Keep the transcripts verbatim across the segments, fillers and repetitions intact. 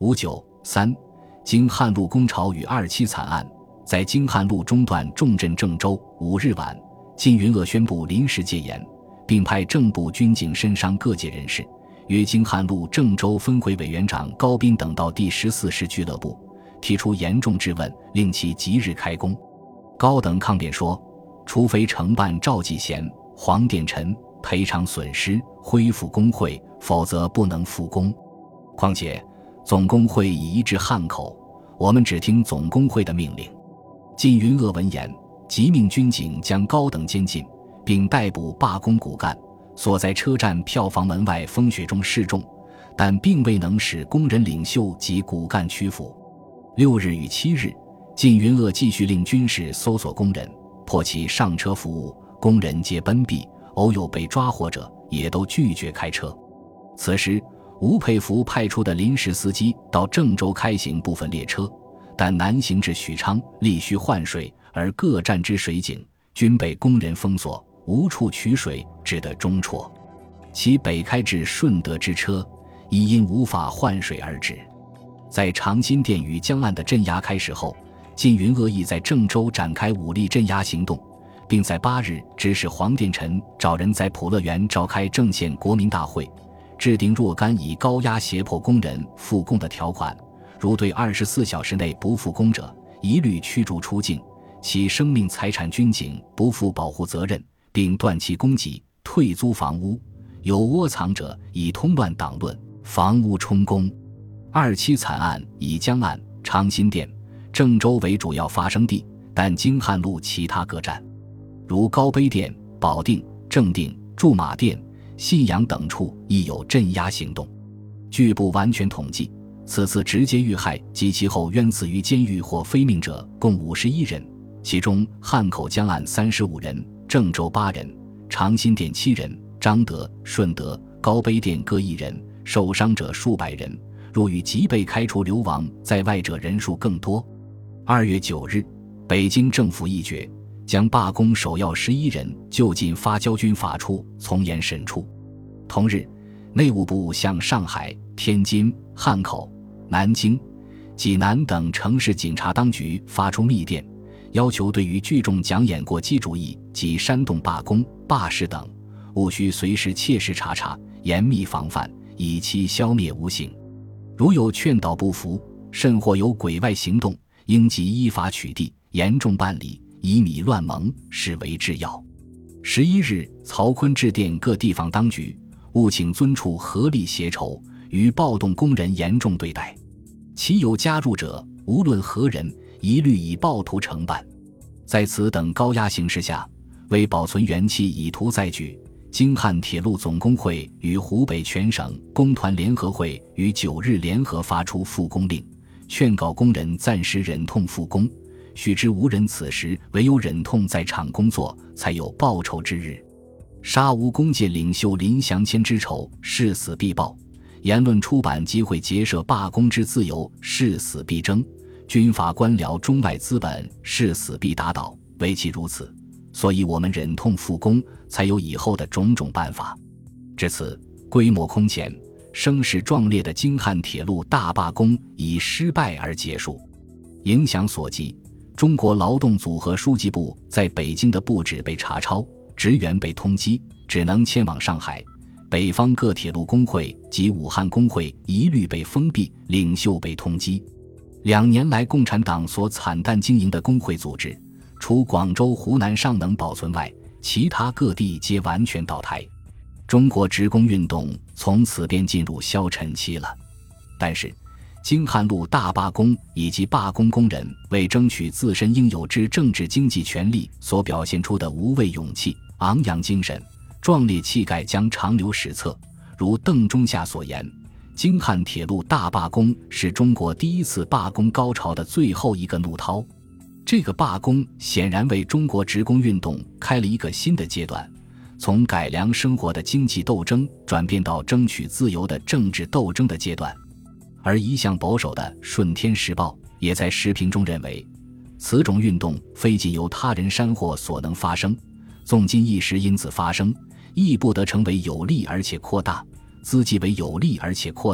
五九三京汉路攻潮与二七惨案。在京汉路中段重镇郑州，五日晚，靳云鄂宣布临时戒严，并派正部军警申商各界人士，约京汉路郑州分会委员长高斌等到第十四师俱乐部，提出严重质问，令其即日开工。高等抗辩说，除非承办赵继贤、黄殿臣赔偿损失，恢复工会，否则不能复工。况且总工会已移至汉口，我们只听总工会的命令。靳云鄂闻言，即命军警将高等监禁，并逮捕罢工骨干，锁在车站票房门外风雪中示众，但并未能使工人领袖及骨干屈服。六日与七日，靳云鄂继续令军士搜索工人，迫其上车服务，工人皆奔避，偶有被抓获者，也都拒绝开车。此时吴佩孚派出的临时司机到郑州开行部分列车，但南行至许昌力需换水，而各站之水井均被工人封锁，无处取水，只得中辍。其北开至顺德之车亦因无法换水而止。在长辛店与江岸的镇压开始后，靳云鄂意在郑州展开武力镇压行动，并在八日指使黄殿臣找人在普乐园召开郑县国民大会，制定若干以高压胁迫工人复工的条款，如对二十四小时内不复工者，一律驱逐出境，其生命财产军警不负保护责任，并断其供给，退租房屋，有窝藏者以通乱党论，房屋充公。二七惨案以江岸、长辛店、郑州为主要发生地，但京汉路其他各站，如高碑店、保定、正定、驻马店、信阳等处亦有镇压行动。据不完全统计，此次直接遇害及其后冤死于监狱或非命者共五十一人，其中汉口江岸三十五人，郑州八人，长辛店七人，彰德、顺德、高碑店各一人，受伤者数百人，入狱及被开除流亡在外者人数更多。二月九日，北京政府议决，将罢工首要十一人就近发交军法处从严审处。同日，内务部向上海、天津、汉口、南京、济南等城市警察当局发出密电，要求对于聚众讲演过激主义及煽动罢工、罢市等，务须随时切实查查，严密防范，以期消灭无形。如有劝导不服，甚或有鬼外行动，应即依法取缔，严重办理，以米乱盟，是为制要。十一日，曹锟致电各地方当局，务请遵处合力协筹，与暴动工人严重对待，其有加入者，无论何人，一律以暴徒承办。在此等高压形势下，为保存元气以图再举，京汉铁路总工会与湖北全省工团联合会于九日联合发出复工令，劝告工人暂时忍痛复工，须知无人此时唯有忍痛在场工作，才有报仇之日。杀无工界领袖林祥谦之仇，誓死必报；言论出版机会结社罢工之自由，誓死必争；军阀官僚中外资本，誓死必打倒。唯其如此，所以我们忍痛复工，才有以后的种种办法。至此，规模空前、声势壮烈的京汉铁路大罢工以失败而结束。影响所及，中国劳动组合书记部在北京的布置被查抄，职员被通缉，只能迁往上海。北方各铁路工会及武汉工会一律被封闭，领袖被通缉。两年来共产党所惨淡经营的工会组织，除广州、湖南尚能保存外，其他各地皆完全倒台。中国职工运动从此便进入消沉期了。但是京汉路大罢工以及罢工工人为争取自身应有之政治经济权利所表现出的无畏勇气、昂扬精神、壮烈气概将长留史册。如邓中夏所言，京汉铁路大罢工是中国第一次罢工高潮的最后一个怒涛。这个罢工显然为中国职工运动开了一个新的阶段，从改良生活的经济斗争转变到争取自由的政治斗争的阶段。而一向保守的《顺天时报》也在时评中认为，此种运动非仅由他人煽惑所能发生，纵今一时因此发生，亦不得成为有利而且扩大，兹即为有利而且扩大，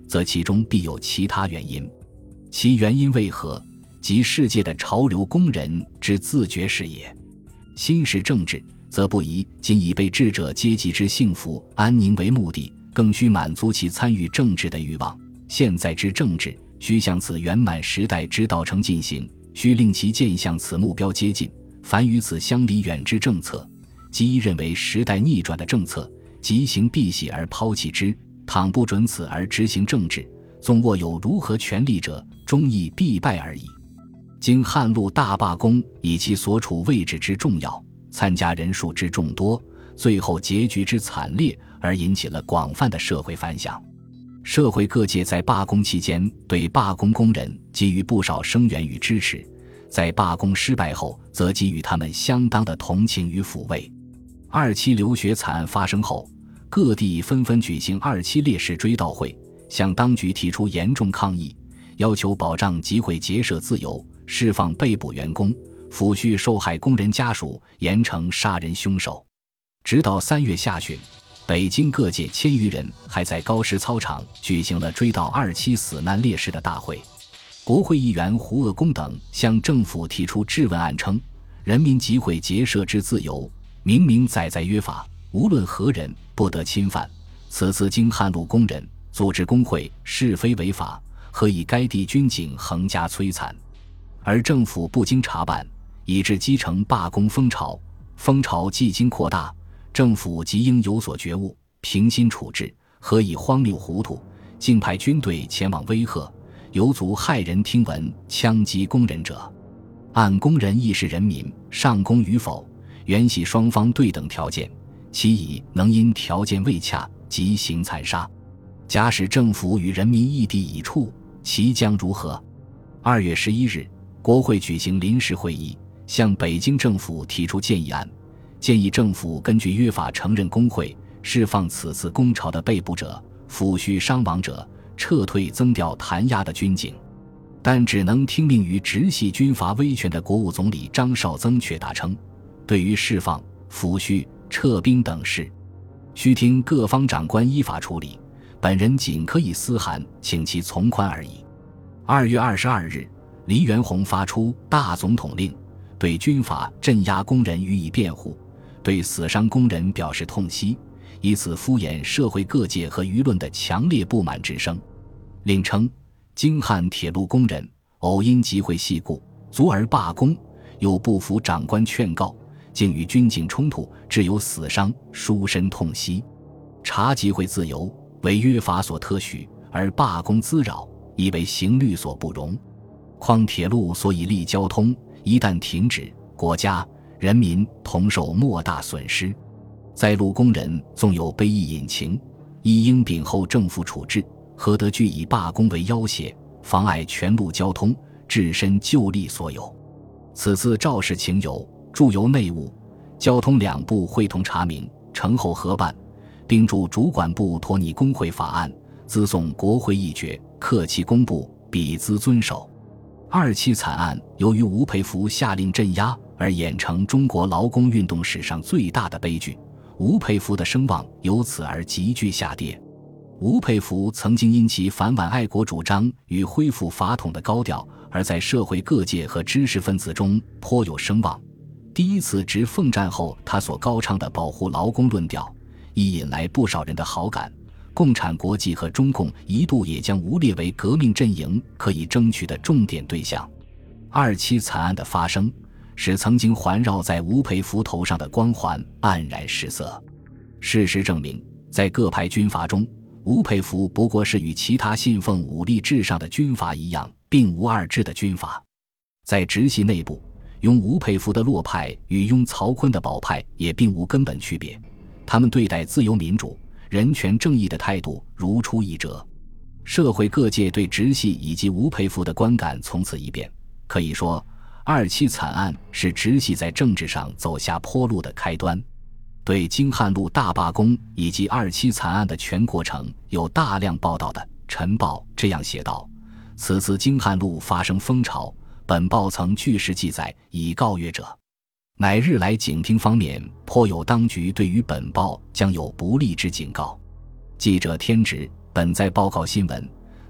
则其中必有其他原因。其原因为何？即世界的潮流工人之自觉是也。心是政治，则不宜仅以被治者阶级之幸福安宁为目的，更需满足其参与政治的欲望。现在之政治，须向此圆满时代之道程进行，须令其渐向此目标接近。凡与此相离远之政策，即认为时代逆转的政策，即行避喜而抛弃之；倘不准此而执行政治，纵握有如何权力者，终亦必败而已。经汉陆大罢工以其所处位置之重要，参加人数之众多，最后结局之惨烈，而引起了广泛的社会反响。社会各界在罢工期间对罢工工人给予不少声援与支持，在罢工失败后则给予他们相当的同情与抚慰。二七流血惨案发生后，各地纷纷举行二七烈士追悼会，向当局提出严重抗议，要求保障集会结社自由，释放被捕员工，抚恤受害工人家属，严惩杀人凶手。直到三月下旬，北京各界千余人还在高师操场举行了追悼二七死难烈士的大会。国会议员胡鄂公等向政府提出质问案称，人民集会结社之自由，明明载在约法，无论何人不得侵犯。此次经汉陆工人组织工会是非违法，何以该地军警横加摧残？而政府不经查办，以致基层罢工风潮。风潮既经扩大，政府即应有所觉悟，平心处置，何以荒谬糊涂，竟派军队前往威吓，有阻骇人听闻，枪击工人者。按工人亦是人民，上工与否，原系双方对等条件，其以能因条件未洽即行残杀。假使政府与人民异地已处，其将如何？二月十一日，国会举行临时会议，向北京政府提出建议案，建议政府根据约法承认工会，释放此次工潮的被捕者，抚恤伤亡者，撤退增调弹压的军警。但只能听命于直系军阀威权的国务总理张绍曾却答称，对于释放、抚恤、撤兵等事，须听各方长官依法处理，本人仅可以私函请其从宽而已。二月二十二日，黎元洪发出大总统令，对军阀镇压工人予以辩护，对死伤工人表示痛惜，以此敷衍社会各界和舆论的强烈不满之声。另称，京汉铁路工人偶因集会系故，卒而罢工，又不服长官劝告，竟与军警冲突，致有死伤，殊深痛惜。察集会自由为约法所特许，而罢工滋扰，亦为刑律所不容。况铁路所以利交通，一旦停止，国家人民同受莫大损失。在路工人纵有卑异隐情，亦应秉后政府处置，何得据以罢工为要挟，妨碍全路交通，置身就利所有。此次肇事情由，驻邮内务、交通两部会同查明，呈后核办，并驻主管部托拟工会法案，资送国会议决，克其公布，彼兹遵守。二七惨案由于吴佩孚下令镇压而演成中国劳工运动史上最大的悲剧，吴佩孚的声望由此而急剧下跌。吴佩孚曾经因其反皖爱国主张与恢复法统的高调，而在社会各界和知识分子中颇有声望。第一次值奉战后，他所高唱的保护劳工论调，亦引来不少人的好感。共产国际和中共一度也将吴列为革命阵营可以争取的重点对象。二七惨案的发生，使曾经环绕在吴佩孚头上的光环黯然失色。事实证明，在各派军阀中，吴佩孚不过是与其他信奉武力至上的军阀一样，并无二致的军阀。在直系内部，拥吴佩孚的洛派与拥曹锟的保派也并无根本区别，他们对待自由民主、人权正义的态度如出一辙。社会各界对直系以及吴佩孚的观感从此一变，可以说二七惨案是直系在政治上走下坡路的开端。对京汉路大罢工以及二七惨案的全过程有大量报道的《晨报》这样写道：此次京汉路发生风潮，本报曾据实记载，以告阅者。乃日来警听方面颇有当局对于本报将有不利之警告。记者添职，本在报告新闻，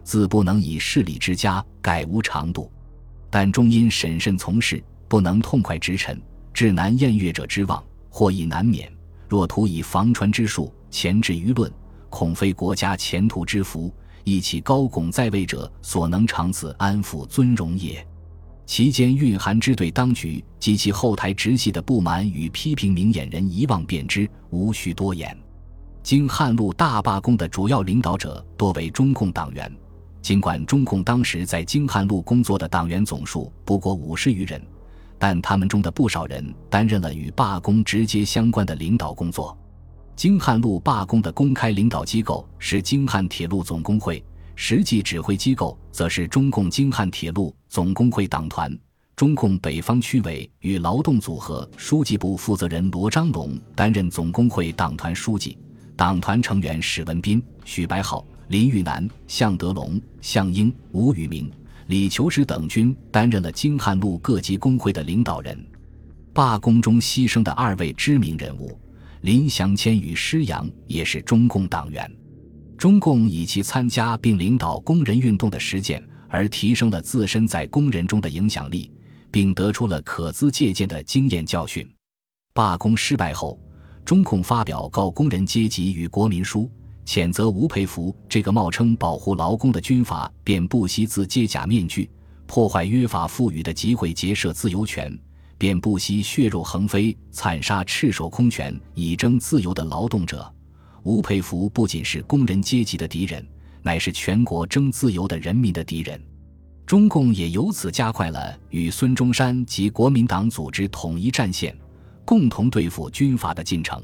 自不能以势力之家，改无长度。但终因审慎从事，不能痛快直陈，致难验阅者之望，或亦难免。若图以防传之术钳制舆论，恐非国家前途之福，亦其高拱在位者所能长此安抚尊荣也。其间蕴含之对当局及其后台直系的不满与批评，明眼人一望便知，无需多言。经汉路大罢工的主要领导者多为中共党员，尽管中共当时在京汉路工作的党员总数不过五十余人，但他们中的不少人担任了与罢工直接相关的领导工作。京汉路罢工的公开领导机构是京汉铁路总工会，实际指挥机构则是中共京汉铁路总工会党团。中共北方区委与劳动组合书记部负责人罗章龙担任总工会党团书记，党团成员史文斌、许白浩、林玉南、向德龙、向英、吴宇明、李求实等均担任了京汉路各级工会的领导人。罢工中牺牲的二位知名人物林祥谦与施洋也是中共党员。中共以其参加并领导工人运动的实践而提升了自身在工人中的影响力，并得出了可资借鉴的经验教训。罢工失败后，中共发表告工人阶级与国民书，谴责吴佩孚这个冒称保护劳工的军阀便不惜自揭假面具，破坏约法赋予的集会结社自由权，便不惜血肉横飞，惨杀赤手空拳以争自由的劳动者。吴佩孚不仅是工人阶级的敌人，乃是全国争自由的人民的敌人。中共也由此加快了与孙中山及国民党组织统一战线，共同对付军阀的进程。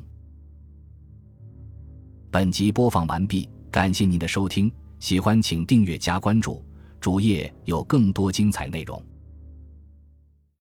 本集播放完毕，感谢您的收听，喜欢请订阅加关注，主页有更多精彩内容。